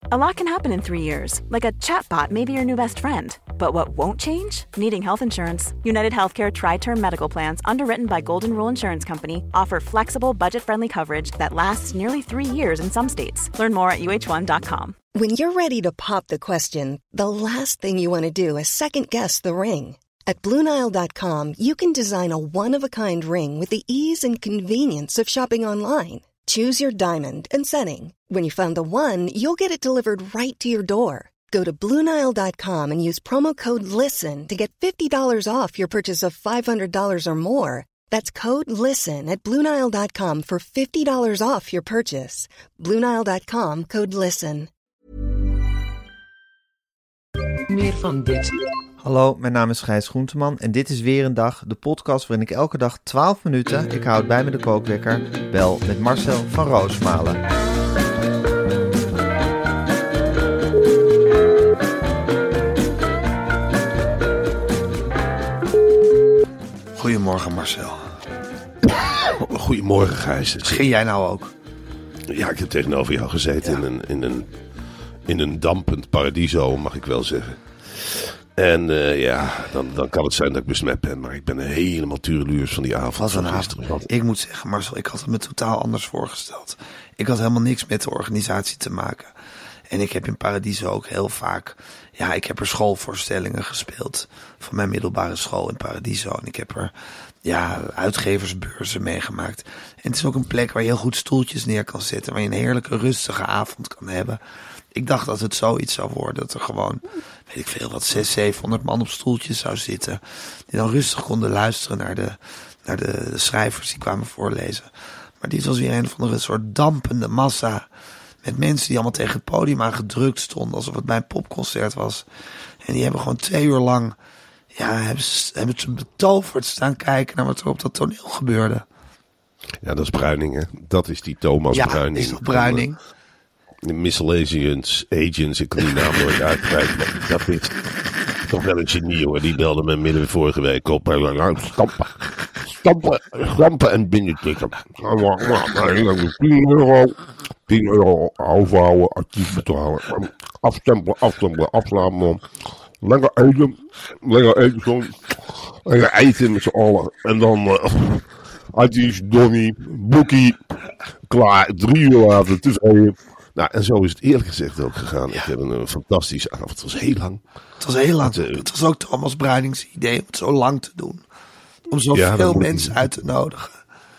A lot can happen in 3 years, like a chatbot may be your new best friend. But what won't change? Needing health insurance. United Healthcare Tri-Term Medical Plans, underwritten by Golden Rule Insurance Company, offer flexible, budget-friendly coverage that lasts nearly 3 years in some states. Learn more at uh1.com. When you're ready to pop the question, the last thing you want to do is second-guess the ring. At BlueNile.com, you can design a one-of-a-kind ring with the ease and convenience of shopping online. Choose your diamond and setting. When you find the one, you'll get it delivered right to your door. Go to BlueNile.com and use promo code LISTEN to get $50 off your purchase of $500 or more. That's code LISTEN at BlueNile.com for $50 off your purchase. BlueNile.com, code LISTEN. Meer van dit. Hallo, mijn naam is Gijs Groenteman en dit is weer een dag, de podcast waarin ik elke dag 12 minuten, ik houd bij me de kookwekker, bel met Marcel van Roosmalen. Goedemorgen Marcel. Goedemorgen Gijs. Ging jij nou ook? Ja, ik heb tegenover jou gezeten in een dampend paradiso, mag ik wel zeggen. En dan kan het zijn dat ik besmet ben, maar ik ben helemaal tureluurs van die avond. Wat een avond. Ik moet zeggen Marcel, ik had het me totaal anders voorgesteld. Ik had helemaal niks met de organisatie te maken. En ik heb in Paradiso ook heel vaak... Ja, ik heb er schoolvoorstellingen gespeeld. Van mijn middelbare school in Paradiso. En ik heb er uitgeversbeurzen meegemaakt. En het is ook een plek waar je heel goed stoeltjes neer kan zetten. Waar je een heerlijke rustige avond kan hebben. Ik dacht dat het zoiets zou worden. Dat er gewoon, weet ik veel wat, 600-700 man op stoeltjes zou zitten. Die dan rustig konden luisteren naar de schrijvers die kwamen voorlezen. Maar dit was weer een van de soort dampende massa... Met mensen die allemaal tegen het podium aangedrukt stonden. Alsof het bij een popconcert was. En die hebben gewoon 2 uur lang... Ja, hebben ze betoverd staan kijken naar wat er op dat toneel gebeurde. Ja, dat is Bruining, hè? Dat is die Thomas Bruining. Ja, is dat Bruining? Miscellaneous Agents, ik kan die naam nooit uitkrijgen. Maar dat is toch wel een genie, hoor. Die belde me midden vorige week op. Stampen en binnentikken. 10 euro overhouden, actief betalen. Afstempelen, afslaan. Lekker eten zo. Lekker eten met z'n allen. En dan Adjes, Donnie, Boekie. Klaar, 3 uur later, tevreden. Nou, en zo is het eerlijk gezegd ook gegaan. Ja. Ik heb een fantastische avond. Het was heel lang. Het was heel lang. Het was ook Thomas Bruinings idee om het zo lang te doen. Om zoveel mensen uit te nodigen.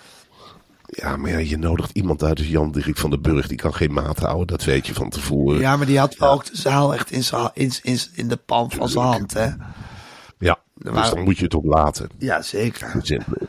Ja, maar ja, je nodigt iemand uit als Jan Dirk van den Burg. Die kan geen maat houden, dat weet je van tevoren. Ja, maar die had wel ook de zaal echt in de palm van zijn hand, hè? Ja, dus dan moet je het ook laten. Ja, zeker.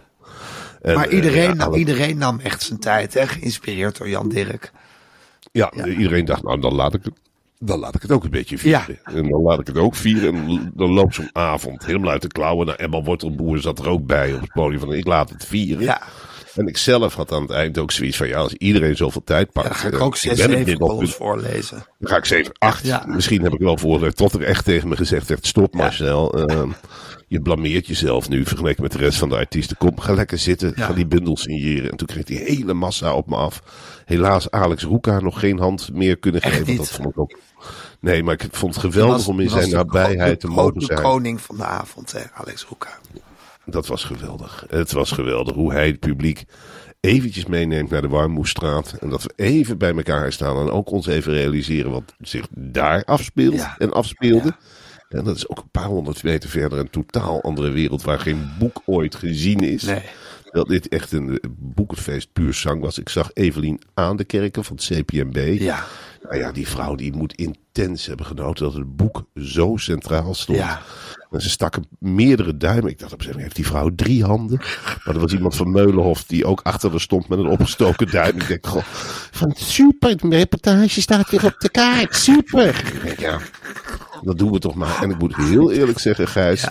En, maar iedereen nam echt zijn tijd, hè? Geïnspireerd door Jan Dirk. Ja, iedereen dacht, nou, dan laat ik het ook een beetje vieren. Ja. En dan laat ik het ook vieren. En dan loopt zo'n avond helemaal uit de klauwen. Nou, Emma Wortelboer zat er ook bij op het podium van, ik laat het vieren. Ja. En ik zelf had aan het eind ook zoiets van, ja, als iedereen zoveel tijd pakt. Dan ga ik ook 6-7 columns voorlezen. Dan ga ik 7, 8. Ja. Misschien heb ik wel voorgelezen. Tot er echt tegen me gezegd werd, stop Marcel. Je blameert jezelf nu vergeleken met de rest van de artiesten. Kom, ga lekker zitten. Ja. Ga die bundels signeren. En toen kreeg die hele massa op me af. Helaas Alex Roeka nog geen hand meer kunnen geven. Dat vond ik ook. Nee, maar ik vond het geweldig om in zijn nabijheid te mogen zijn. De koning van de avond, hè, Alex Roeka. Dat was geweldig. Het was geweldig hoe hij het publiek eventjes meeneemt naar de Warmoestraat. En dat we even bij elkaar staan en ook ons even realiseren wat zich daar afspeelt en afspeelde. Ja. En dat is ook een paar 100 meter verder een totaal andere wereld waar geen boek ooit gezien is. Nee. Dat dit echt een boekenfeest puur zang was. Ik zag Evelien aan de kerken van het CPMB. Ja. Nou ja, die vrouw die moet intens hebben genoten dat het boek zo centraal stond. Ja. En ze stakken meerdere duimen. Ik dacht op een gegeven moment, heeft die vrouw 3 handen? Maar er was iemand van Meulenhof die ook achter haar stond met een opgestoken duim. Ik denk, goh, van super, de reportage staat weer op de kaart. Super. Ik denk, ja, dat doen we toch maar. En ik moet heel eerlijk zeggen, Gijs,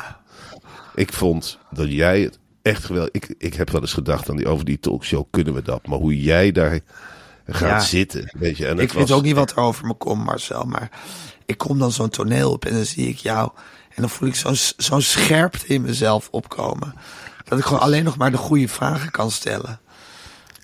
ik vond dat jij het echt geweldig... Ik heb wel eens gedacht over die talkshow, kunnen we dat? Maar hoe jij daar gaat zitten, weet je. En ik weet ook niet wat er over me komt, Marcel, maar ik kom dan zo'n toneel op en dan zie ik jou en dan voel ik zo'n scherpte in mezelf opkomen. Dat ik gewoon alleen nog maar de goede vragen kan stellen.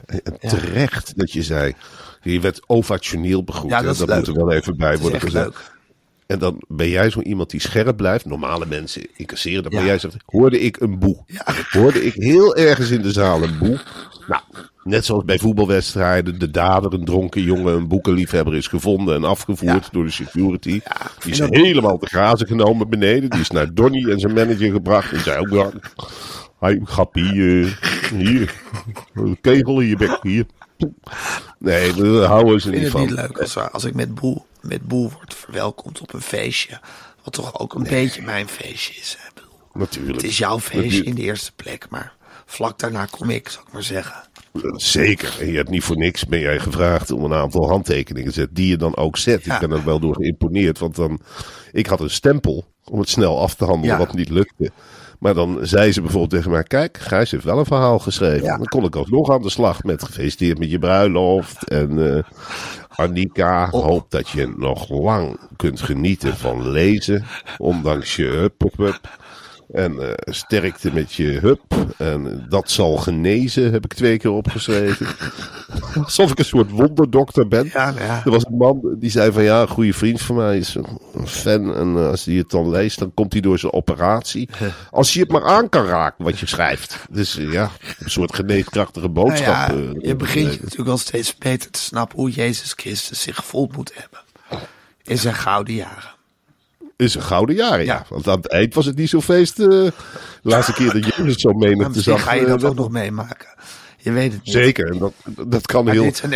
En terecht dat je zei, je werd ovationeel begroet. Ja, dat moet er wel even bij worden gezegd. Leuk. En dan ben jij zo iemand die scherp blijft. Normale mensen incasseren dat. Maar jij zegt, hoorde ik een boe? Ja. Hoorde ik heel ergens in de zaal een boe? Nou, net zoals bij voetbalwedstrijden. De dader, een dronken jongen, een boekenliefhebber is gevonden en afgevoerd door de security. Ja, die is helemaal te grazen genomen beneden. Die is naar Donnie en zijn manager gebracht. En zei ook dan, hey, grappie, hier, een kegel in je bek, hier. Nee, daar houden ze niet van. Ik vind het niet leuk als ik met boel word verwelkomd op een feestje. Wat toch ook een beetje mijn feestje is. Hè. Natuurlijk. Het is jouw feestje in de eerste plek, maar vlak daarna kom ik, zal ik maar zeggen. Zeker. En je hebt niet voor niks, ben jij gevraagd om een aantal handtekeningen te zetten, die je dan ook zet. Ik ben er wel door geïmponeerd, want ik had een stempel om het snel af te handelen, wat niet lukte. Maar dan zei ze bijvoorbeeld tegen mij, kijk, Gijs heeft wel een verhaal geschreven. Ja. Dan kon ik ook nog aan de slag met gefeliciteerd met je bruiloft. En Annika, hoop dat je nog lang kunt genieten van lezen. Ondanks je hup. En sterkte met je hup. En dat zal genezen, heb ik 2 keer opgeschreven. Alsof ik een soort wonderdokter ben. Ja. Er was een man die zei van ja, een goede vriend van mij is een fan. En als hij het dan leest, dan komt hij door zijn operatie. Als je het maar aan kan raken wat je schrijft. Dus een soort geneeskrachtige boodschap. Je begint natuurlijk wel steeds beter te snappen hoe Jezus Christus zich gevoeld moet hebben. In zijn gouden jaren. Is een gouden jaren, ja. Want aan het eind was het niet zo feest. De laatste keer dat Jezus zo menigte misschien zag. Ga je dat ook nog meemaken. Je weet het niet. Zeker, en dat kan heel... Dit zijn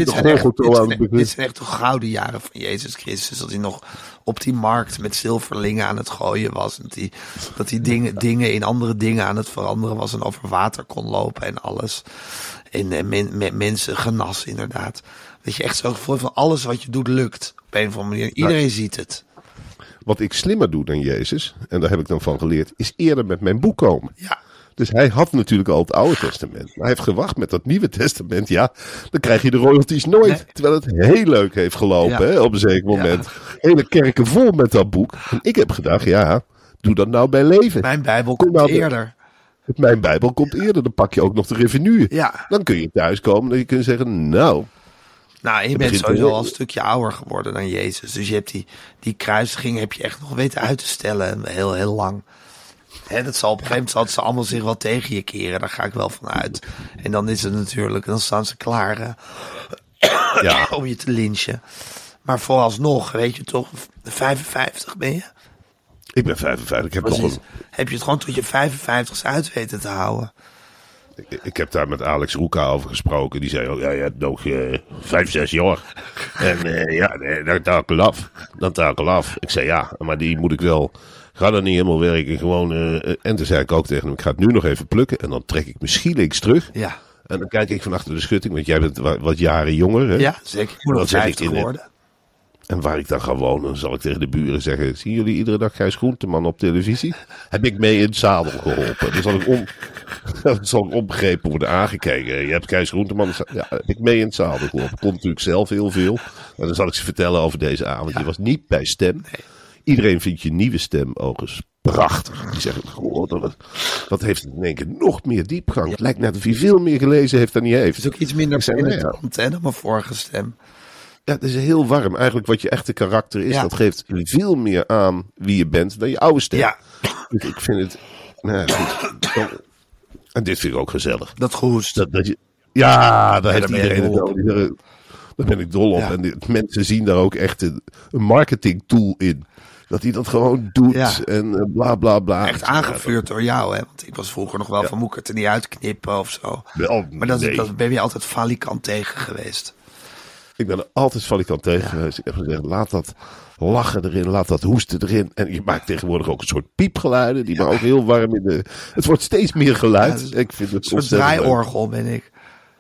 echt de gouden jaren van Jezus Christus. Dat hij nog op die markt met zilverlingen aan het gooien was. Dat hij dingen in andere dingen aan het veranderen was. En over water kon lopen en alles. En met mensen genas inderdaad. Dat je echt zo gevoel van alles wat je doet lukt. Op een of andere manier. Iedereen ziet het. Wat ik slimmer doe dan Jezus, en daar heb ik dan van geleerd, is eerder met mijn boek komen. Ja. Dus hij had natuurlijk al het Oude Testament. Maar hij heeft gewacht met dat Nieuwe Testament. Ja, dan krijg je de royalties nooit. Nee. Terwijl het heel leuk heeft gelopen hè, op een zeker moment. Hele kerken vol met dat boek. En ik heb gedacht, doe dat nou bij leven. Mijn Bijbel komt eerder. Mijn Bijbel komt eerder. Dan pak je ook nog de revenue. Ja. Dan kun je thuiskomen en je kunt zeggen, nou, je bent sowieso al een stukje ouder geworden dan Jezus. Dus je hebt die kruisiging heb je echt nog weten uit te stellen. Heel, heel lang. Dat zal op een gegeven moment ze allemaal zich wel tegen je keren. Daar ga ik wel van uit. En dan is het natuurlijk, dan staan ze klaar om je te lynchen. Maar vooralsnog, weet je toch, 55 ben je? Ik ben 55. Heb je het gewoon tot je 55's uit weten te houden? Ik heb daar met Alex Roeka over gesproken. Die zei, je hebt nog 5, 6 jaar. En dan takel af. Ik zei, maar die moet ik wel... Ga dan niet helemaal werken. Gewoon, en toen zei ik ook tegen hem, ik ga het nu nog even plukken. En dan trek ik misschien links terug. Ja. En dan kijk ik van achter de schutting. Want jij bent wat jaren jonger. Hè? Ja, zeker. Ik moet nog 50 worden. En waar ik dan ga wonen, zal ik tegen de buren zeggen... Zien jullie iedere dag Gijs Groenteman op televisie? Heb ik mee in het zadel geholpen? Dan zal ik onbegrepen worden aangekeken. Je hebt Gijs Groenteman... Ja, heb ik mee in het zadel geholpen. Komt natuurlijk zelf heel veel. En dan zal ik ze vertellen over deze avond. Je was niet bij Stem. Nee. Iedereen vindt je nieuwe Stem overigens prachtig. Die zeggen, dat heeft in één keer nog meer diepgang. Het lijkt net of hij veel meer gelezen heeft dan hij heeft. Het is ook iets minder penetrant dan mijn vorige stem. Ja, het is heel warm. Eigenlijk wat je echte karakter is, dat geeft veel meer aan wie je bent dan je oude stem. Ja. Dus ik vind het... goed. En dit vind ik ook gezellig. Dat gehoest. Daar heeft iedereen het over. Daar ben ik dol op. Ja. En mensen zien daar ook echt een marketing tool in. Dat hij dat gewoon doet en bla bla bla. Echt aangevuurd door jou, hè? Want ik was vroeger nog wel van moet ik het er niet uitknippen of zo. Maar dat ben je altijd falikant tegen geweest. Ik ben er altijd falikant tegen geweest. Ik heb gezegd, laat dat lachen erin, laat dat hoesten erin. En je maakt tegenwoordig ook een soort piepgeluiden. Die maar ook heel warm in de... Het wordt steeds meer geluid. Ja, ik vind het een soort draaiorgel ben ik.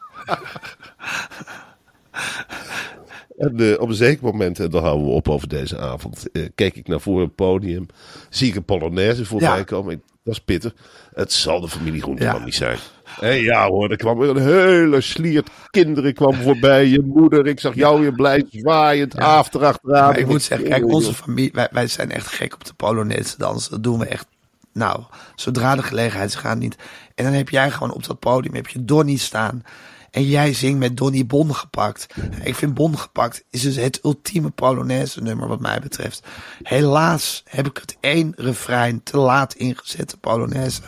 En op een zeker moment, en dan houden we op over deze avond, keek ik naar voren op het podium. Zie ik een Polonaise voorbij komen. Dat is pittig. Het zal de familie Groenteman niet zijn. En er kwam weer een hele sliert kinderen kwam voorbij. Je moeder, ik zag jou weer blij zwaaiend, achteraan. Maar ik moet zeggen, kijk, onze familie, wij zijn echt gek op de Polonaise dansen. Dat doen we echt, zodra de gelegenheid is, gaan niet. En dan heb jij gewoon op dat podium, heb je Donnie staan. En jij zingt met Donnie Bon gepakt. Ik vind Bon gepakt is dus het ultieme Polonaise nummer wat mij betreft. Helaas heb ik het 1 refrein te laat ingezet, de Polonaise.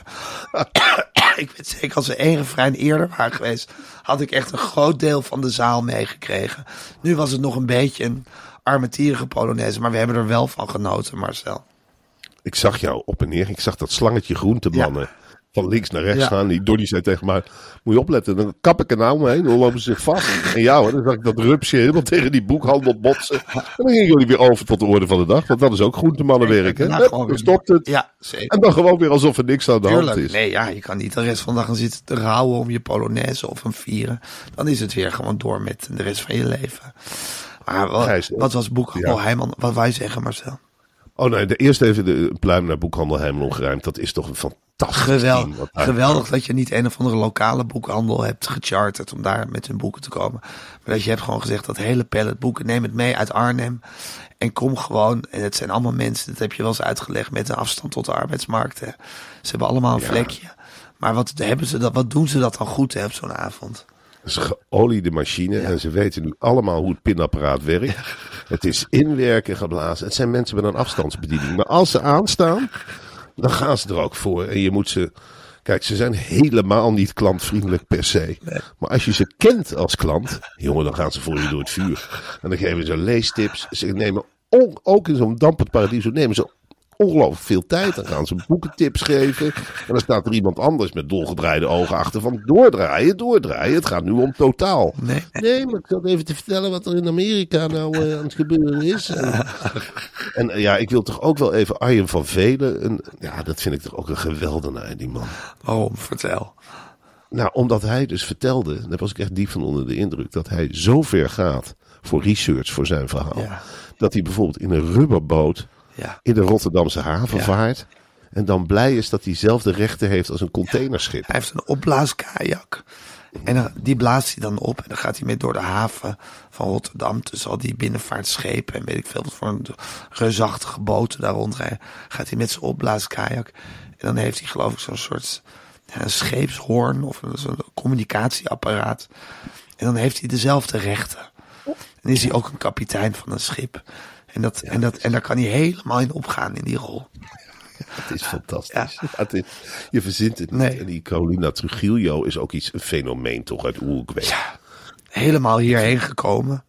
Ik weet zeker, als er 1 refrein eerder waren geweest, had ik echt een groot deel van de zaal meegekregen. Nu was het nog een beetje een armetierige Polonaise, maar we hebben er wel van genoten, Marcel. Ik zag jou op en neer. Ik zag dat slangetje groentemannen van links naar rechts gaan. Die Donnie zei tegen mij, moet je opletten. Dan kap ik er nou omheen. Dan lopen ze zich vast. En jou, dan zag ik dat rupsje helemaal tegen die boekhandel botsen. En dan gingen jullie weer over tot de orde van de dag. Want dat is ook groentemannenwerk. Hè? Dan stopt het. Ja, zeker. En dan gewoon weer alsof er niks aan de hand is. Nee, ja, je kan niet de rest van de dag gaan zitten te rouwen om je Polonaise of een vieren. Dan is het weer gewoon door met de rest van je leven. Maar wat was Boekhandel Heijman? Wat wou je zeggen, Marcel? Oh nee, eerst even de pluim naar Boekhandel Heijman omgeruimd. Dat is toch een fantastisch team. Geweldig dat je niet een of andere lokale boekhandel hebt gecharterd om daar met hun boeken te komen. Maar dat je hebt gewoon gezegd dat hele pallet boeken, neem het mee uit Arnhem. En kom gewoon, en het zijn allemaal mensen, dat heb je wel eens uitgelegd, met een afstand tot de arbeidsmarkt. Hè. Ze hebben allemaal een vlekje. Maar wat doen ze dat dan goed op zo'n avond? Ze geoliede machine en ze weten nu allemaal hoe het pinapparaat werkt. Ja. Het is inwerken geblazen. Het zijn mensen met een afstandsbediening. Maar als ze aanstaan, dan gaan ze er ook voor. En je moet ze... Kijk, ze zijn helemaal niet klantvriendelijk per se. Nee. Maar als je ze kent als klant, jongen, dan gaan ze voor je door het vuur. En dan geven ze leestips. Ze nemen ook in zo'n dampend paradies, nemen ze ongelooflijk veel tijd. Dan gaan ze boekentips geven. En dan staat er iemand anders met dolgedraaide ogen achter van doordraaien. Het gaat nu om totaal. Nee, maar ik zat even te vertellen wat er in Amerika nou aan het gebeuren is. En ik wil toch ook wel even Arjen van Velen. Dat vind ik toch ook een geweldenaar, die man. Oh, vertel. Nou, omdat hij dus vertelde, daar was ik echt diep van onder de indruk, dat hij zo ver gaat voor research voor zijn verhaal. Ja. Dat hij bijvoorbeeld in een rubberboot in de Rotterdamse haven vaart. En dan blij is dat hij zelf de rechten heeft als een containerschip. Hij heeft een opblaaskajak. En die blaast hij dan op. En dan gaat hij mee door de haven van Rotterdam. Tussen al die binnenvaartschepen. En weet ik veel wat voor een reusachtige boten daar rondrijden. Gaat hij met zijn opblaaskajak. En dan heeft hij geloof ik zo'n soort een scheepshoorn. Of zo'n communicatieapparaat. En dan heeft hij dezelfde rechten. En is hij ook een kapitein van een schip. En daar kan hij helemaal in opgaan in die rol. Het is fantastisch. Ja. Je verzint het niet. Nee. En die Carolina Trujillo is ook een fenomeen toch uit Uruguay. Ja, helemaal hierheen gekomen.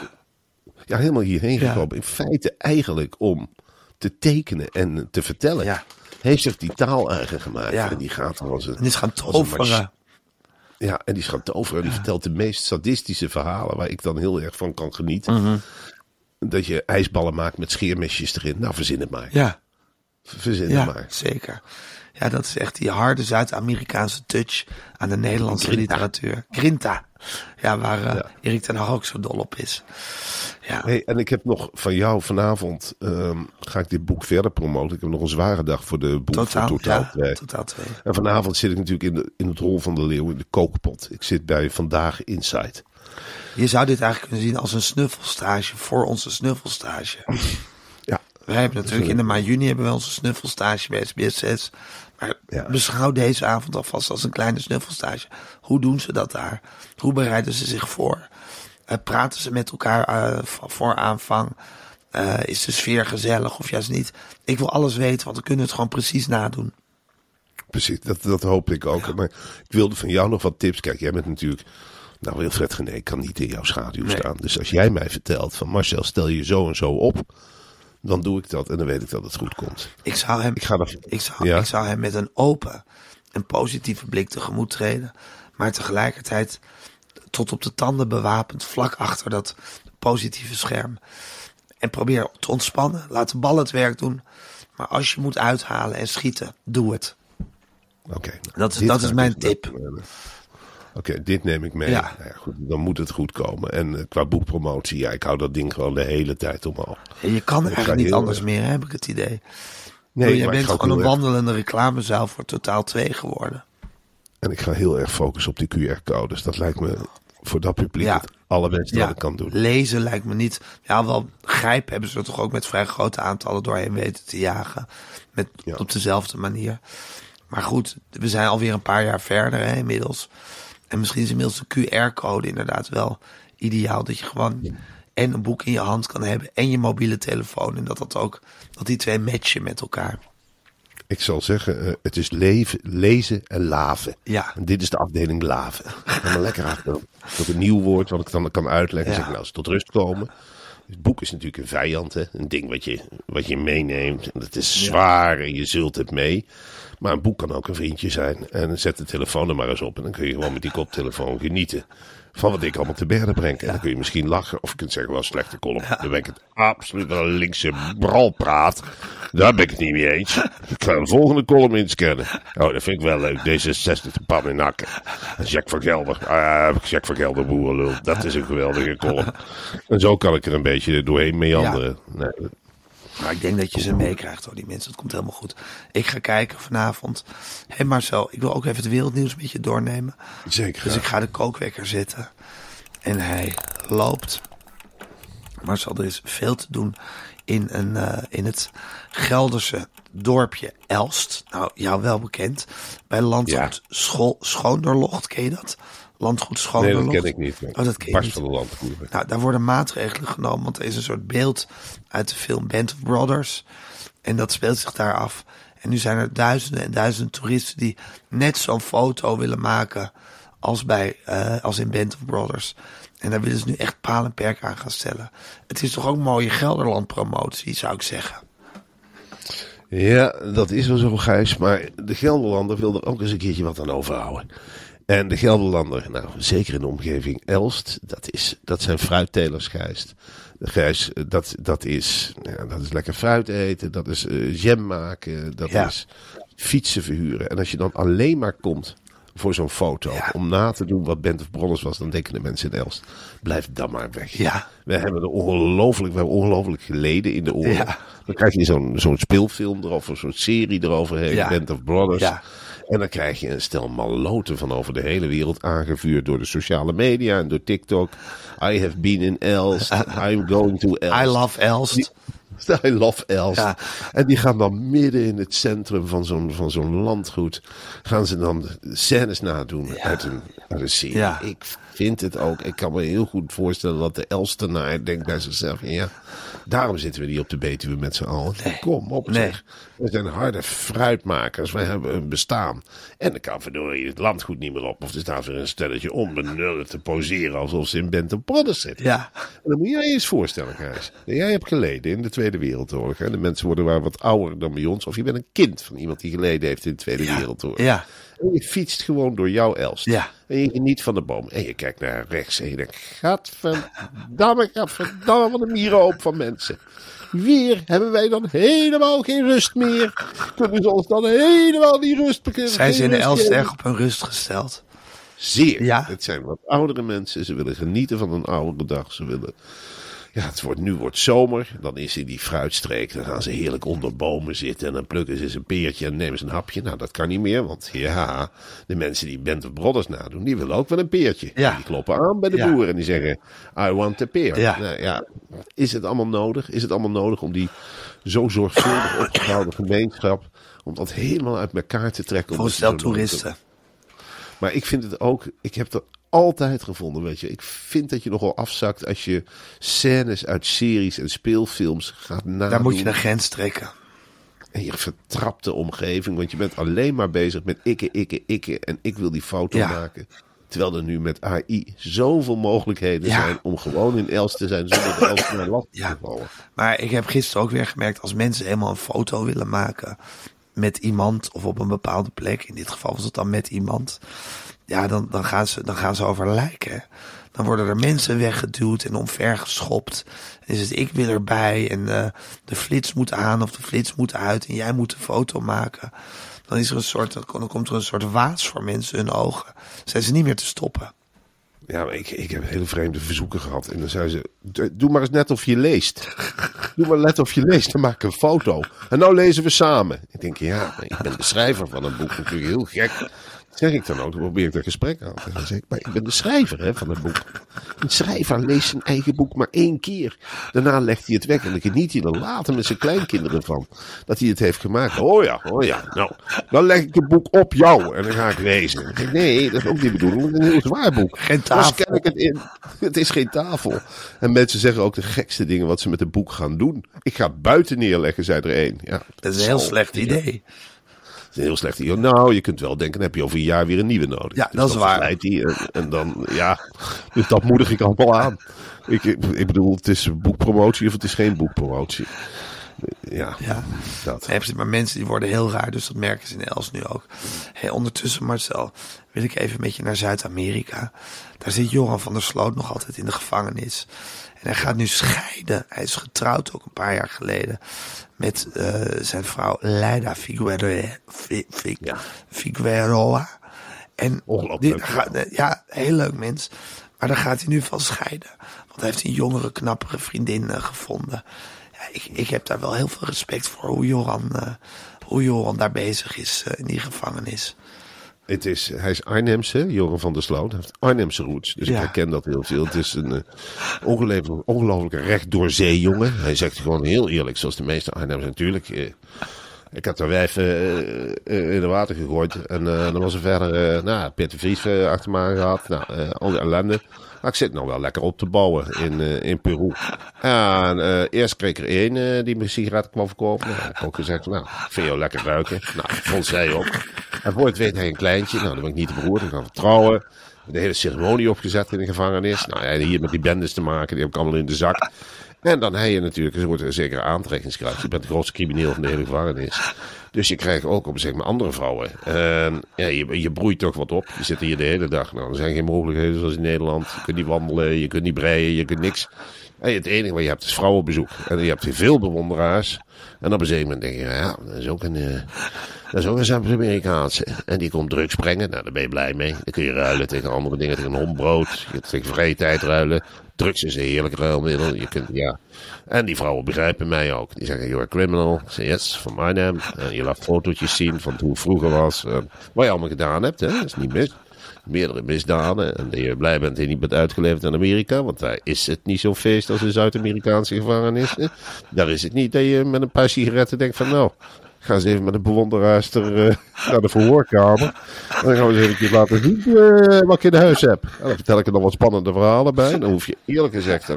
Ja, helemaal hierheen gekomen. In feite eigenlijk om te tekenen en te vertellen. Ja. Heeft zich die taal eigen gemaakt. Ja. En die gaat er als een... En die is gaan toveren. Ja, en die is gaan toveren. Die vertelt de meest sadistische verhalen waar ik dan heel erg van kan genieten. Mm-hmm. Dat je ijsballen maakt met scheermesjes erin. Nou, verzin het maar. Ja. Verzin het maar. Zeker. Ja, dat is echt die harde Zuid-Amerikaanse touch aan de Nederlandse literatuur. Grinta. Ja, waar Erik ten Hag ook zo dol op is. Ja. Hey, en ik heb nog van jou vanavond, ga ik dit boek verder promoten. Ik heb nog een zware dag voor de boek voor Totaal 2. Totaal 2. En vanavond zit ik natuurlijk in het rol van de leeuw in de kookpot. Ik zit bij Vandaag Inside. Je zou dit eigenlijk kunnen zien als een snuffelstage voor onze snuffelstage. Ja. Wij hebben natuurlijk in de maart-juni hebben we onze snuffelstage bij SBS6. Maar beschouw deze avond alvast als een kleine snuffelstage. Hoe doen ze dat daar? Hoe bereiden ze zich voor? Praten ze met elkaar voor aanvang? Is de sfeer gezellig of juist niet? Ik wil alles weten, want we kunnen het gewoon precies nadoen. Precies, dat hoop ik ook. Ja. Maar ik wilde van jou nog wat tips. Kijk, jij bent natuurlijk... Nou, Wilfred Genee kan niet in jouw schaduw staan. Dus als jij mij vertelt van Marcel, stel je zo en zo op, dan doe ik dat en dan weet ik dat het goed komt. Ik zou hem met een open en positieve blik tegemoet treden, maar tegelijkertijd tot op de tanden bewapend, vlak achter dat positieve scherm. En probeer te ontspannen, laat de bal het werk doen. Maar als je moet uithalen en schieten, doe het. Oké. Dat is mijn tip. Oké, dit neem ik mee. Ja. Nou ja, goed, dan moet het goed komen. En qua boekpromotie, ik hou dat ding gewoon de hele tijd omhoog. Ja, je kan eigenlijk niet anders meer, heb ik het idee. Nee, je bent gewoon een wandelende reclamezaal voor Totaal 2 geworden. En ik ga heel erg focussen op die QR-codes. Dat lijkt me voor dat publiek het allerbeste wat ik kan doen. Lezen lijkt me niet... Ja, wel grijpen hebben ze er toch ook met vrij grote aantallen doorheen weten te jagen. Op dezelfde manier. Maar goed, we zijn alweer een paar jaar verder inmiddels. En misschien is inmiddels de QR-code inderdaad wel ideaal. Dat je gewoon en een boek in je hand kan hebben en je mobiele telefoon. En dat die twee matchen met elkaar. Ik zal zeggen, het is lezen en laven. Ja. En dit is de afdeling laven. Ik ga maar lekker achter tot een nieuw woord wat ik dan kan uitleggen. Ja. Zeg ik nou eens tot rust komen. Het boek is natuurlijk een vijand, hè? Een ding wat je meeneemt. En het is zwaar en je zult het mee. Maar een boek kan ook een vriendje zijn. En zet de telefoon er maar eens op. En dan kun je gewoon met die koptelefoon genieten van wat ik allemaal te berden breng. En dan kun je misschien lachen. Of je kunt zeggen, wel een slechte column. Dan ben ik het absoluut wel een linkse bralpraat. Daar ben ik het niet mee eens. Ik ga de volgende column inscannen. Oh, dat vind ik wel leuk. D66 de pan in nakken. Jack van Gelder. Jack van Gelder boerenlul. Dat is een geweldige column. En zo kan ik er een beetje doorheen meanderen. Nee. Maar ik denk dat je ze meekrijgt hoor, die mensen. Het komt helemaal goed. Ik ga kijken vanavond. Hé Marcel, ik wil ook even het wereldnieuws met je doornemen. Zeker. Dus ik ga de kookwekker zetten. En hij loopt. Marcel, er is veel te doen in het Gelderse dorpje Elst. Nou, jou wel bekend. Bij landgoed Schoonderlocht, ken je dat? Landgoed Schoonderlocht. Nee, dat ken ik niet. Oh, dat ken je Pas niet. van de landgoed. Nou, daar worden maatregelen genomen, want er is een soort beeld uit de film Band of Brothers. En dat speelt zich daar af. En nu zijn er duizenden en duizenden toeristen die net zo'n foto willen maken als in Band of Brothers. En daar willen ze nu echt paal en perk aan gaan stellen. Het is toch ook een mooie Gelderland promotie, zou ik zeggen. Ja, dat is wel zo, Gijs. Maar de Gelderlander wil er ook eens een keertje wat aan overhouden. En de Gelderlander, nou zeker in de omgeving Elst, dat zijn fruittelers, Gijs. Dat is lekker fruit eten, dat is jam maken, dat is fietsen verhuren. En als je dan alleen maar komt voor zo'n foto, om na te doen wat Band of Brothers was, dan denken de mensen in Elst, blijf dan maar weg. Ja. We hebben ongelooflijk geleden in de oren. Ja. Dan krijg je zo'n speelfilm erover, zo'n serie eroverheen, Band of Brothers. Ja. En dan krijg je een stel malloten van over de hele wereld, aangevuurd door de sociale media en door TikTok. I have been in Elst. I'm going to Elst. I love Elst. I love Elst. Ja. En die gaan dan midden in het centrum van zo'n landgoed, gaan ze dan scènes nadoen uit een serie. Ja. Ik vind het ook. Ik kan me heel goed voorstellen dat de Elstenaar denkt bij zichzelf, ja, daarom zitten we niet op de Betuwe met z'n allen. Nee. Kom op zeg. We zijn harde fruitmakers. We hebben een bestaan. En dan kan verdorie het landgoed niet meer op. Of er staat weer een stelletje onbenullig te poseren alsof ze in Band of Brothers zitten. Ja. En dan moet je je eens voorstellen, Gijs. Jij hebt geleden in de Tweede Wereldoorlog. En de mensen worden maar wat ouder dan bij ons. Of je bent een kind van iemand die geleden heeft in de Tweede Wereldoorlog. Ja. En je fietst gewoon door jouw Elst. Ja. En je geniet van de boom. En je kijkt naar rechts en je denkt, gadverdamme, wat een mierenhoop van mensen. Weer hebben wij dan helemaal geen rust meer. Kunnen ze ons dan helemaal die rust bekennen? Zijn ze in de Elst erg op hun rust gesteld? Zeer. Ja. Het zijn wat oudere mensen. Ze willen genieten van een oudere dag. Ze willen... Ja, nu wordt zomer. Dan is in die fruitstreek. Dan gaan ze heerlijk onder bomen zitten. En dan plukken ze eens een peertje en nemen ze een hapje. Nou, dat kan niet meer. Want ja, de mensen die Band of Brothers nadoen, die willen ook wel een peertje. Ja. Die kloppen aan bij de boer en die zeggen, I want a peer. Ja. Nou, ja, is het allemaal nodig? Is het allemaal nodig om die zo zorgvuldig opgebouwde gemeenschap, om dat helemaal uit elkaar te trekken? Voor stel toeristen. Maar ik vind het ook, ik heb er altijd gevonden, weet je. Ik vind dat je nogal afzakt als je scènes uit series en speelfilms gaat nadoen. Daar moet je een grens trekken. En je vertrapt de omgeving, want je bent alleen maar bezig met ikke. En ik wil die foto maken. Terwijl er nu met AI zoveel mogelijkheden zijn om gewoon in Elst te zijn zonder de Elst naar last te vallen. Maar ik heb gisteren ook weer gemerkt, als mensen helemaal een foto willen maken met iemand of op een bepaalde plek, in dit geval was het dan met iemand, ja, dan gaan ze over lijken. Dan worden er mensen weggeduwd en omvergeschopt. En is het ik wil erbij en de flits moet aan of de flits moet uit en jij moet een foto maken. Dan is er dan komt er een soort waas voor mensen in hun ogen. Zijn ze niet meer te stoppen. Ja, maar ik heb hele vreemde verzoeken gehad. En dan zei ze, doe maar eens net of je leest. Doe maar net of je leest, dan maak ik een foto. En nou lezen we samen. Ik denk, ja, ik ben de schrijver van een boek, natuurlijk heel gek. Zeg ik dan ook, dan probeer ik dat gesprek aan te gaan. Dan zeg ik, maar ik ben de schrijver van het boek. Een schrijver leest zijn eigen boek maar 1 keer. Daarna legt hij het weg en dan geniet hij er later met zijn kleinkinderen van. Dat hij het heeft gemaakt. Oh ja. Nou, dan leg ik het boek op jou en dan ga ik lezen. Dan zeg ik, nee, dat is ook niet de bedoeling. Het is een heel zwaar boek. Geen tafel. Dus ken ik het in. Het is geen tafel. En mensen zeggen ook de gekste dingen wat ze met het boek gaan doen. Ik ga het buiten neerleggen, zei er één. Ja, Dat is een heel slecht idee. een heel slecht idee. Nou, je kunt wel denken, dan heb je over een jaar weer een nieuwe nodig. Ja, dus dat is waar. vergelijkt die en dan, ja. Dus dat moedig ik allemaal aan. Ik bedoel, het is boekpromotie of het is geen boekpromotie. Ja. Dat. Maar mensen die worden heel raar, dus dat merken ze in Els nu ook. Hey, ondertussen, Marcel, wil ik even met je naar Zuid-Amerika. Daar zit Joran van der Sloot nog altijd in de gevangenis. En hij gaat nu scheiden. Hij is getrouwd ook een paar jaar geleden met zijn vrouw Leida Figueroa. En Ongelooflijk. ja, heel leuk mens. Maar daar gaat hij nu van scheiden. Want hij heeft een jongere, knappere vriendin gevonden. Ja, ik heb daar wel heel veel respect voor hoe Joran daar bezig is in die gevangenis. Hij is Arnhemse, Joran van der Sloot. Hij heeft Arnhemse roots. Dus ik herken dat heel veel. Het is een ongelooflijke recht door zee jongen. Hij zegt gewoon heel eerlijk, zoals de meeste Arnhemse natuurlijk. Ik heb daar wijf in het water gegooid. En dan was er verder Peter Vries achter me aangehad. Al die ellende. Maar ik zit nou wel lekker op te bouwen in Peru. En eerst kreeg ik er 1 die me sigaretten kwam verkopen. Ik heb ook gezegd, ik vind jou lekker ruiken. Nou, vond zij ook. En voor het weet hij een kleintje. Nou, dan ben ik niet te beroerd. Ik ga vertrouwen. De hele ceremonie opgezet in de gevangenis. Nou ja, hier met die bendes te maken, die heb ik allemaal in de zak. En dan heb je natuurlijk een soort zekere aantrekkingskracht. Je bent de grootste crimineel van de hele gevangenis. Dus je krijgt ook op zeg maar andere vrouwen. En ja, je broeit toch wat op. Je zit hier de hele dag. Nou, er zijn geen mogelijkheden zoals in Nederland. Je kunt niet wandelen, je kunt niet breien, je kunt niks. En het enige wat je hebt is vrouwenbezoek. En je hebt veel bewonderaars. En op een gegeven moment denk je, ja, dat is ook een Zuid-Amerikaanse. En die komt drugs brengen. Nou, daar ben je blij mee. Dan kun je ruilen tegen andere dingen, tegen een hondbrood. Je kunt tegen vrije tijd ruilen. Drugs is een heerlijk ruilmiddel. En die vrouwen begrijpen mij ook. Die zeggen, you're a criminal. Ik zeg, yes, van my name. En je laat fotootjes zien van hoe het vroeger was. Wat je allemaal gedaan hebt, hè. Dat is niet mis. Meerdere misdaden. En dat je blij bent dat je niet bent uitgeleverd aan Amerika. Want daar is het niet zo'n feest als in Zuid-Amerikaanse gevangenissen. Daar is het niet dat je met een paar sigaretten denkt van nou, ga eens even met een bewonderaars naar de verhoorkamer. En dan gaan we eens even laten zien wat ik in huis heb. En dan vertel ik er nog wat spannende verhalen bij. Dan hoef je eerlijk gezegd,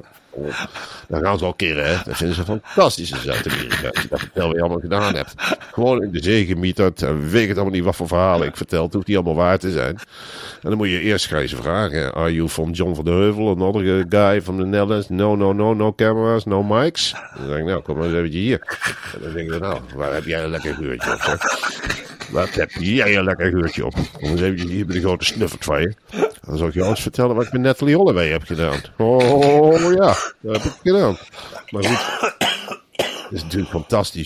dan gaan ze al keren, hè. Dat vinden ze fantastisch in Zuid-Amerika. Dat vertel wat je allemaal gedaan hebt. Gewoon in de zee gemieterd. En weet het allemaal niet wat voor verhalen ik vertel. Het hoeft niet allemaal waar te zijn. En dan moet je eerst gaan vragen. Are you from John van de Heuvel? Another guy from the Netherlands? No cameras, no mics. Dan denk ik, nou, kom maar eens eventjes hier. En dan denk ik, nou, waar heb jij een lekker geurtje op, zeg? Wat heb jij een lekker geurtje op? Kom eens eventjes hier bij de grote snuffert van je. Dan zal ik jou eens vertellen wat ik met Natalie Holloway heb gedaan. Oh ja, dat heb ik gedaan. Maar goed, het is natuurlijk fantastisch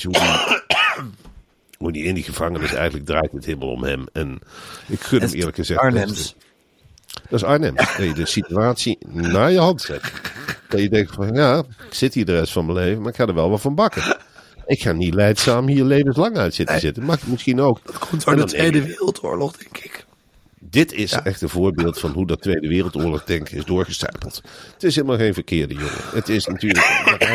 hoe die in die gevangenis eigenlijk draait het helemaal om hem. En ik gun hem eerlijk gezegd. Arnhems. Dat is Arnhem. Dat je de situatie naar je hand zet. Dat je denkt van ja, ik zit hier de rest van mijn leven, maar ik ga er wel wat van bakken. Ik ga niet leidzaam hier levenslang uit zitten. Mag ik misschien ook. Dat komt door de Tweede Wereldoorlog, denk ik. Dit is echt een voorbeeld van hoe dat Tweede Wereldoorlog denken is doorgestapeld. Het is helemaal geen verkeerde jongen. Het is natuurlijk...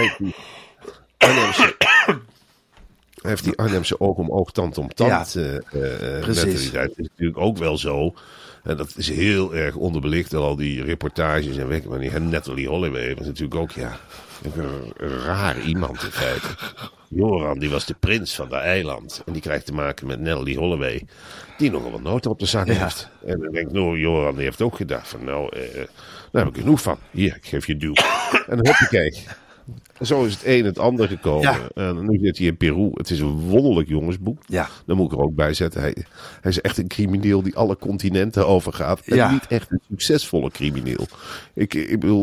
Hij heeft die Arnhemse oog om oog, tand om tand mentaliteit. Het is natuurlijk ook wel zo. En dat is heel erg onderbelicht. Al die reportages en weg. Maar die Natalie Holloway was natuurlijk ook een raar iemand in feite. Joran, die was de prins van dat eiland. En die krijgt te maken met Natalie Holloway. Die nogal wat noten op de zak heeft. En dan denk ik, nou, Joran die heeft ook gedacht van, nou, daar heb ik genoeg van. Hier, ik geef je duw. En dan hoppakee. En zo is het een het ander gekomen. Ja. En nu zit hij in Peru. Het is een wonderlijk jongensboek. Ja. Dan moet ik er ook bij zetten. Hij is echt een crimineel die alle continenten overgaat. En niet echt een succesvolle crimineel. Ik bedoel...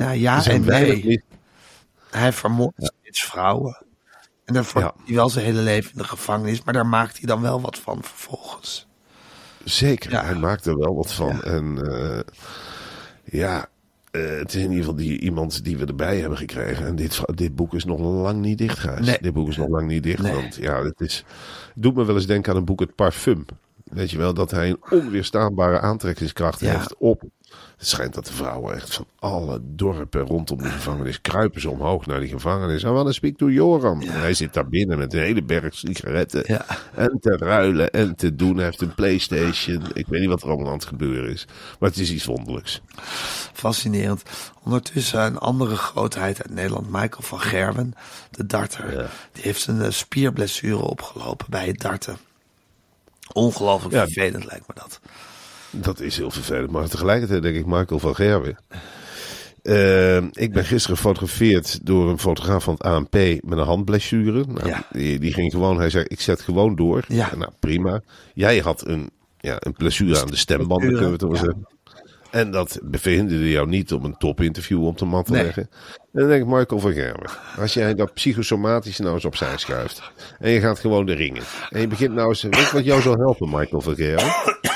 Hij vermoordt steeds vrouwen. En daarvoor hij wel zijn hele leven in de gevangenis. Maar daar maakt hij dan wel wat van vervolgens. Zeker, hij maakt er wel wat van. En het is in ieder geval iemand die we erbij hebben gekregen. En dit boek is nog lang niet dicht, Gijs. Nee. Dit boek is nog lang niet dicht. Nee. Want het doet me wel eens denken aan een boek, Het Parfum. weet je wel, dat hij een onweerstaanbare aantrekkingskracht heeft op. Het schijnt dat de vrouwen echt van alle dorpen rondom de gevangenis kruipen ze omhoog naar die gevangenis. I want to speak to Joram. Ja. En hij zit daar binnen met een hele berg sigaretten. Ja. En te ruilen en te doen. Hij heeft een PlayStation. Ik weet niet wat er allemaal aan het gebeuren is. Maar het is iets wonderlijks. Fascinerend. Ondertussen een andere grootheid uit Nederland, Michael van Gerwen, de darter. Ja. Die heeft een spierblessure opgelopen bij het darten. Ongelooflijk vervelend lijkt me dat. Dat is heel vervelend, maar tegelijkertijd denk ik Michael van Gerwen. Ik ben gisteren gefotografeerd door een fotograaf van het ANP met een handblessure. Nou, die ging gewoon, hij zei, ik zet gewoon door. Ja. Nou, prima. Jij had een blessure aan de stembanden, kunnen we het wel zeggen. En dat verhinderde jou niet om een topinterview op de mat te leggen. En dan denk ik, Michael van Gerwen, als jij dat psychosomatisch nou eens opzij schuift. En je gaat gewoon de ringen. En je begint nou eens, weet je wat jou zou helpen, Michael van Gerwen?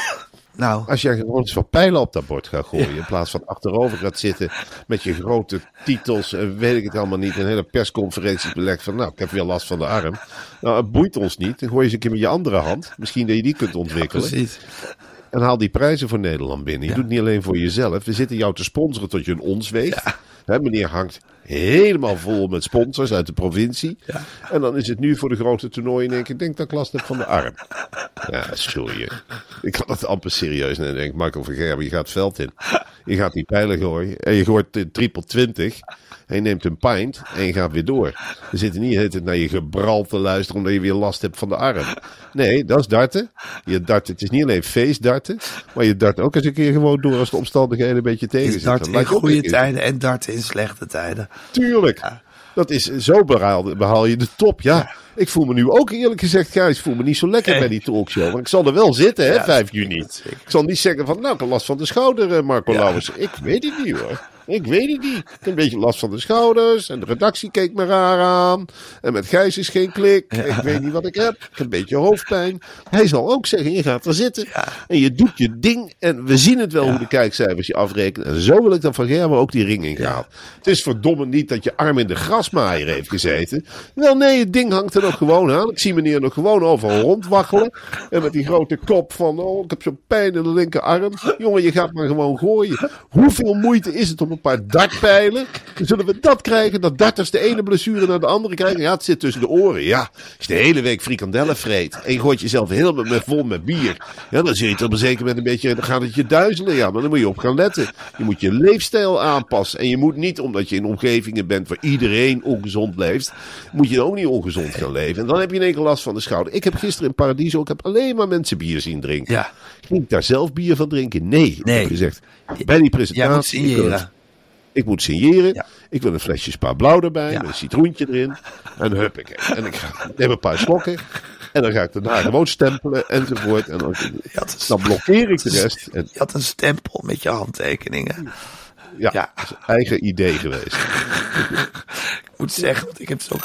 Nou. Als jij gewoon eens wat pijlen op dat bord gaat gooien. In plaats van achterover gaat zitten met je grote titels. En weet ik het allemaal niet. Een hele persconferentie belegt van, nou, ik heb weer last van de arm. Nou, het boeit ons niet. Dan gooi je eens een keer met je andere hand. Misschien dat je die kunt ontwikkelen. Ja, precies. En haal die prijzen voor Nederland binnen. Je doet het niet alleen voor jezelf. We zitten jou te sponsoren tot je een ons weegt. Ja. Meneer hangt helemaal vol met sponsors uit de provincie. Ja. En dan is het nu voor de grote toernooien. Ik denk dat ik last heb van de arm. Ja, sorry. Ik kan het amper serieus. En dan denk ik, Michael van Gerwen, je gaat het veld in. Je gaat die pijlen gooien. En je gooit triple 20. En je neemt een pint. En je gaat weer door. We zitten niet de hele tijd naar je gebral te luisteren. Omdat je weer last hebt van de arm. Nee, dat is darten. Je darten. Het is niet alleen feestdarten. Maar je dart ook eens een keer gewoon door als de omstandigheden een beetje tegen zitten. Darten in goede tijden en darten in slechte tijden. Tuurlijk. Ja. Dat is, zo behaal je de top. Ja, ik voel me nu ook eerlijk gezegd, Gijs, ik voel me niet zo lekker bij die talkshow. Maar ik zal er wel zitten, hè, 5 juni. Ik zal niet zeggen van, nou, ik heb last van de schouder, Marco Lauwers. Ik weet het niet, hoor. Ik weet het niet. Ik heb een beetje last van de schouders. En de redactie keek me raar aan. En met Gijs is geen klik. Ik weet niet wat ik heb. Ik heb een beetje hoofdpijn. Hij zal ook zeggen, je gaat er zitten. En je doet je ding. En we zien het wel hoe de kijkcijfers je afrekenen. En zo wil ik dan van Gerwen ook die ring in gaan. Het is verdomme niet dat je arm in de grasmaaier heeft gezeten. Wel nee, het ding hangt er nog gewoon aan. Ik zie meneer nog gewoon overal rondwaggelen. En met die grote kop van, oh, ik heb zo'n pijn in de linkerarm. Jongen, je gaat maar gewoon gooien. Hoeveel moeite is het om een paar dartpijlen? Dan zullen we dat krijgen, dat darters de ene blessure naar de andere krijgen. Ja, het zit tussen de oren. Ja, als je de hele week frikandellen vreet en je gooit jezelf helemaal vol met bier. Ja, dan zul je het op een zeker moment een beetje, dan gaat het je duizelen. Ja, maar dan moet je op gaan letten. Je moet je leefstijl aanpassen. En je moet niet, omdat je in omgevingen bent waar iedereen ongezond leeft, moet je dan ook niet ongezond gaan leven. En dan heb je in één keer last van de schouder. Ik heb gisteren in Paradiso, ik heb alleen maar mensen bier zien drinken. Ja. Ging ik daar zelf bier van drinken? Nee. Ik heb gezegd, bij die presentatie, ik moet signeren. Ja. Ik wil een flesje Spa Blauw erbij. Met een citroentje erin. En huppakee. En ik neem een paar slokken. En dan ga ik daarna gewoon stempelen enzovoort. En dan blokkeer ik de rest. Je had een stempel met je handtekeningen. Ja, dat is een eigen idee geweest. Ik moet zeggen, want ik heb het ook...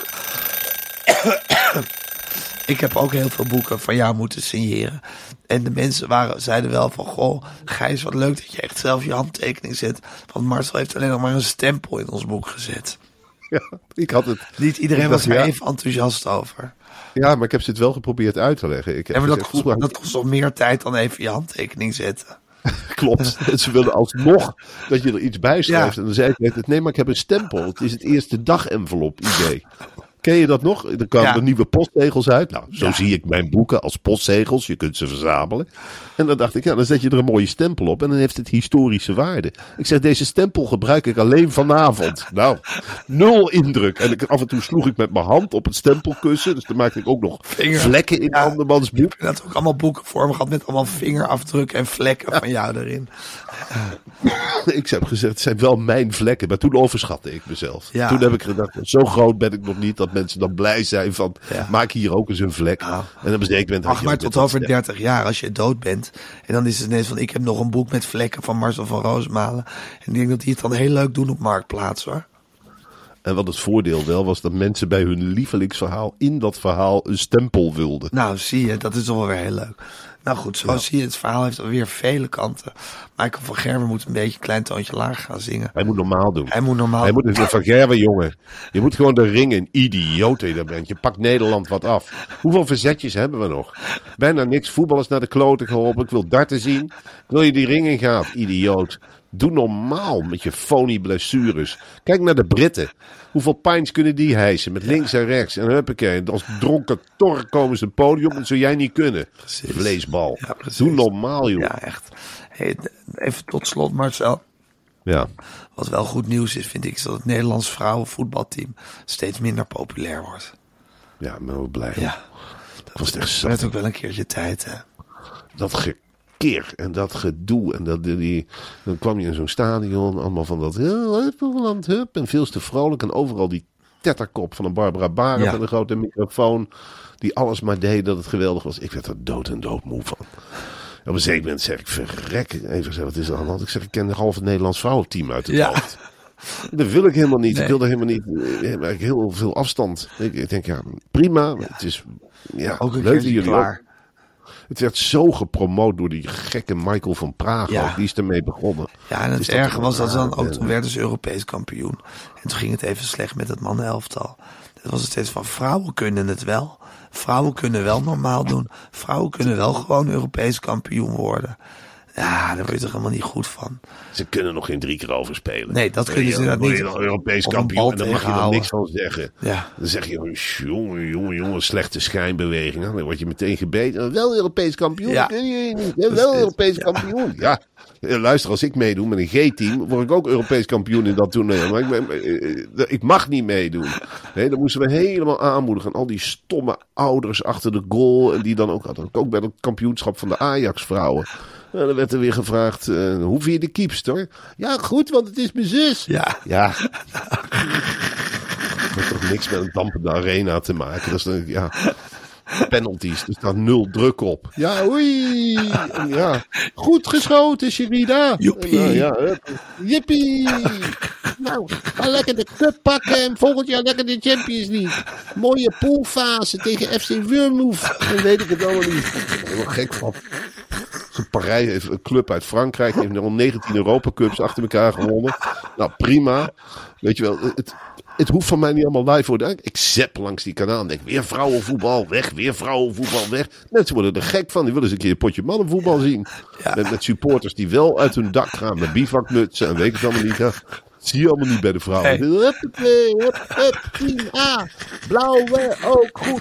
Ik heb ook heel veel boeken van jou moeten signeren. En de mensen zeiden wel van, goh, Gijs, wat leuk dat je echt zelf je handtekening zet. Want Marcel heeft alleen nog maar een stempel in ons boek gezet. Ja, ik had het. Niet iedereen was er even enthousiast over. Ja, maar ik heb ze het wel geprobeerd uit te leggen. Dat kost nog meer tijd dan even je handtekening zetten. Klopt. Ze wilden alsnog dat je er iets bij schrijft. Ja. En dan zei ik, nee, maar ik heb een stempel. Het is het eerste dag-envelop idee. Ken je dat nog? Er kwamen nieuwe postzegels uit. Nou, zo zie ik mijn boeken als postzegels. Je kunt ze verzamelen. En dan dacht ik, dan zet je er een mooie stempel op. En dan heeft het historische waarde. Ik zeg, deze stempel gebruik ik alleen vanavond. Nou, 0 indruk. En af en toe sloeg ik met mijn hand op het stempelkussen. Dus dan maakte ik ook nog vlekken in andermans boek. Ik had ook allemaal boeken voor me gehad met allemaal vingerafdrukken en vlekken van jou erin. Ik heb gezegd, het zijn wel mijn vlekken. Maar toen overschatte ik mezelf. Ja. Toen heb ik gedacht, zo groot ben ik nog niet dat mensen dan blij zijn van, maak hier ook eens een vlek. Ja. En dan bezeker bent ach, maar tot over 30 jaar, als je dood bent. En dan is het ineens van, ik heb nog een boek met vlekken van Marcel van Roosmalen. En ik denk dat die het dan heel leuk doen op Marktplaats, hoor. En wat het voordeel wel was dat mensen bij hun lievelingsverhaal in dat verhaal een stempel wilden. Nou, zie je, dat is toch wel weer heel leuk. Nou goed, zoals zie je, het verhaal heeft alweer vele kanten. Michael van Gerwen moet een beetje een klein toontje lager gaan zingen. Hij moet normaal doen. Hij moet Van Gerwen, jongen. Je moet gewoon de ring in. Idioot dat je daar bent. Je pakt Nederland wat af. Hoeveel verzetjes hebben we nog? Bijna niks. Voetballers naar de kloten geholpen. Ik wil darten zien. Wil je die ring in gaan? Idioot. Doe normaal met je phony blessures. Kijk naar de Britten. Hoeveel pints kunnen die hijsen? Met links en rechts. En huppakee. Als dronken tork komen ze het podium. Dat zou jij niet kunnen. Precies. Vleesbal. Ja, precies. Doe normaal, joh. Ja, echt. Hey, even tot slot, Marcel. Ja. Wat wel goed nieuws is, vind ik, is dat het Nederlands vrouwenvoetbalteam steeds minder populair wordt. Ja, ik ben wel blij. Ja. Dat was echt Het zat. werd ook wel een keertje tijd, hè. Dat gekeer en dat gedoe. En dan kwam je in zo'n stadion, allemaal van dat hup, en veel te vrolijk. En overal die tetterkop van een Barbara Barend en een grote microfoon. Die alles maar deed dat het geweldig was. Ik werd er dood en doodmoe van. Op een zeker moment zeg ik, verrek. Even zeggen, wat is er aan de hand? Ik zeg, ik ken half het Nederlands vrouwenteam uit het hoofd. Dat wil ik helemaal niet. Nee. Ik wil er helemaal niet. Ik heel veel afstand. Ik denk, ja, prima. Ja. Het is ook een leuk keer jullie klaar. Ook. Het werd zo gepromoot door die gekke Michael van Praag. Ja. Ook. Die is ermee begonnen. Ja, en het erge was dat ze dan ook, toen werden ze Europees kampioen. En toen ging het even slecht met het mannenelftal. Dat was het steeds van, vrouwen kunnen het wel. Vrouwen kunnen wel normaal doen. Vrouwen kunnen wel gewoon Europees kampioen worden. Ja, daar word je toch helemaal niet goed van. Ze kunnen nog geen 3 keer overspelen. Nee, dat kunnen ze inderdaad niet. Dan Europees kampioen en dan mag je er niks van zeggen. Ja. Dan zeg je, jongen, slechte schijnbeweging. Dan word je meteen gebeten. Wel Europees kampioen, Ja. kun je niet. Wel Europees kampioen. Ja. Luister, als ik meedoe met een G-team, word ik ook Europees kampioen in dat toernooi. Maar ik mag niet meedoen. Nee, dan moesten we helemaal aanmoedigen. Al die stomme ouders achter de goal. En die dan ook bij het kampioenschap van de Ajax-vrouwen. En dan werd er weer gevraagd, hoe vind je de keepster? Ja, goed, want het is mijn zus. Ja. Dat heeft toch niks met een dampende arena te maken. Dat is dan, penalties. Er staat 0 druk op. Ja, oei. Ja. Goed geschoten, Sherida. Joepie. Jippie. Nou, ga lekker de cup pakken en volgend jaar lekker de Champions League. Mooie poolfase tegen FC Wurmhoef. Dan weet ik het allemaal niet. Ik ben er helemaal gek van. Parijs heeft een club uit Frankrijk. Die heeft al 19 Europa Cups achter elkaar gewonnen. Nou, prima. Weet je wel, het hoeft van mij niet allemaal live worden. Ik zap langs die kanaal en denk, weer vrouwenvoetbal weg, weer vrouwenvoetbal weg. Mensen worden er gek van. Die willen eens een keer een potje mannenvoetbal zien. Ja. Met supporters die wel uit hun dak gaan met bivakmutsen en weet ik het allemaal niet. Dat zie je allemaal niet bij de vrouwen. Hey. Hup, team A. Blauwe, ook goed.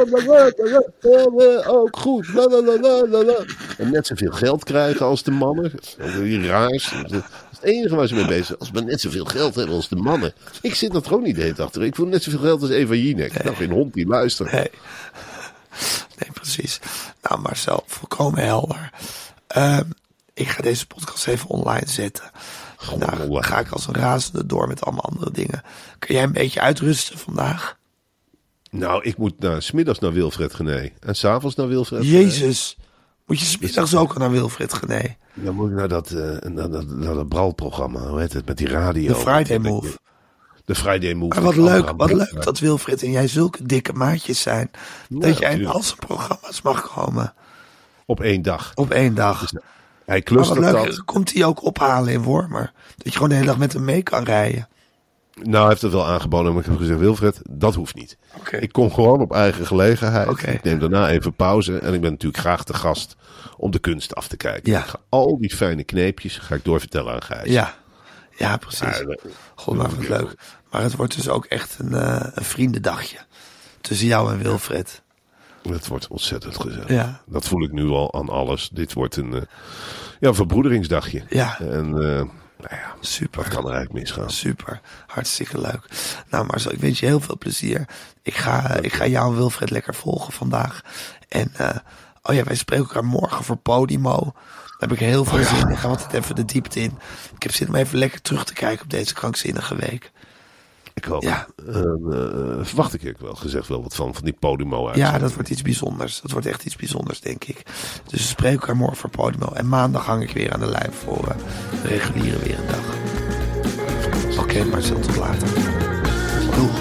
Ook goed. En net zoveel geld krijgen als de mannen. Die raars. Dat is het enige waar ze mee bezig zijn. Als we net zoveel geld hebben als de mannen. Ik zit dat gewoon niet de hele dag achter. Ik voel net zoveel geld als Eva Jinek. Nou, geen hond die luistert. Nee, precies. Nou, Marcel, volkomen helder. Ik ga deze podcast even online zetten. Nou, ga ik als een razende door met allemaal andere dingen. Kun jij een beetje uitrusten vandaag? Nou, ik moet 's middags naar Wilfred Genee. En 's avonds naar Wilfred Genee. Jezus. Moet je 's middags ook naar Wilfred Genee? Dan moet ik naar dat bralprogramma. Hoe heet het? Met die radio. De Friday Move. De Friday Move. Maar wat leuk dat Wilfred en jij zulke dikke maatjes zijn. Dat jij in al zijn programma's mag komen. Op 1 dag. Op 1 dag. Dus, hij klust dat. Komt hij ook ophalen in Wormer? Dat je gewoon de hele dag met hem mee kan rijden. Nou, hij heeft het wel aangeboden, maar ik heb gezegd, Wilfred, dat hoeft niet. Okay. Ik kom gewoon op eigen gelegenheid. Okay. Ik neem daarna even pauze en ik ben natuurlijk graag te gast om de kunst af te kijken. Ja. Ik ga al die fijne kneepjes ga ik doorvertellen aan Gijs. Ja, precies. God, maar wat leuk. Maar het wordt dus ook echt een vriendendagje tussen jou en Wilfred. Het wordt ontzettend gezellig. Ja. Dat voel ik nu al aan alles. Dit wordt een verbroederingsdagje. Ja. En super. Wat kan er eigenlijk misgaan? Super. Hartstikke leuk. Nou Marcel, ik wens je heel veel plezier. Ik ga jou en Wilfred lekker volgen vandaag. En wij spreken elkaar morgen voor Podimo. Daar heb ik heel veel zin in. Ik ga altijd even de diepte in. Ik heb zin om even lekker terug te kijken op deze krankzinnige week. Ik ook. Ja. Verwacht ik wel gezegd wel wat van die Podimo uit. Ja, dat wordt iets bijzonders. Dat wordt echt iets bijzonders, denk ik. Dus we spreken elkaar morgen voor Podimo. En maandag hang ik weer aan de lijn voor de reguliere Weerendag. Oké, Marcel, tot later. Doeg.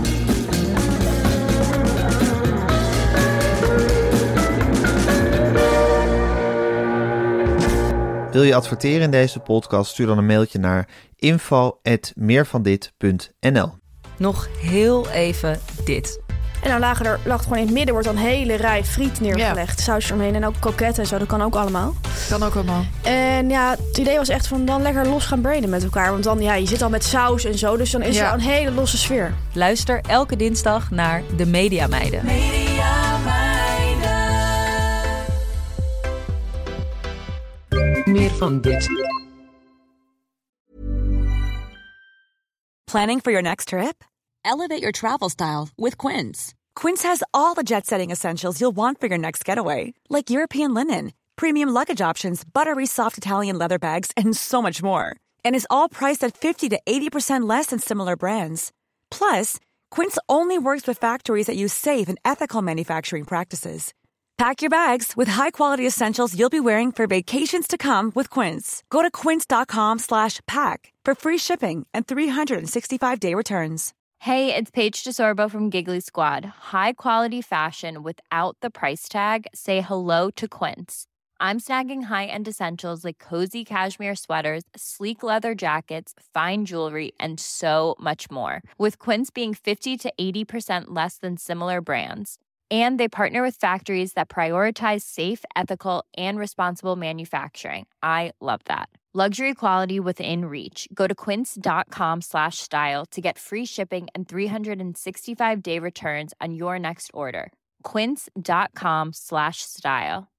Wil je adverteren in deze podcast? Stuur dan een mailtje naar info@meervandit.nl. Nog heel even dit. En dan lag het gewoon in het midden, wordt dan een hele rij friet neergelegd. Ja. Saus eromheen en ook kroketten en zo, dat kan ook allemaal. Kan ook allemaal. En ja, het idee was echt van dan lekker los gaan braiden met elkaar. Want dan, ja, je zit al met saus en zo, dus dan is er een hele losse sfeer. Luister elke dinsdag naar de Media Meiden. Meer van dit. Planning for your next trip? Elevate your travel style with Quince. Quince has all the jet-setting essentials you'll want for your next getaway, like European linen, premium luggage options, buttery soft Italian leather bags, and so much more. And is all priced at 50 to 80% less than similar brands. Plus, Quince only works with factories that use safe and ethical manufacturing practices. Pack your bags with high-quality essentials you'll be wearing for vacations to come with Quince. Go to quince.com/pack for free shipping and 365-day returns. Hey, it's Paige DeSorbo from Giggly Squad. High quality fashion without the price tag. Say hello to Quince. I'm snagging high-end essentials like cozy cashmere sweaters, sleek leather jackets, fine jewelry, and so much more. With Quince being 50 to 80% less than similar brands. And they partner with factories that prioritize safe, ethical, and responsible manufacturing. I love that. Luxury quality within reach. Go to quince.com/style to get free shipping and 365-day returns on your next order. Quince.com/style.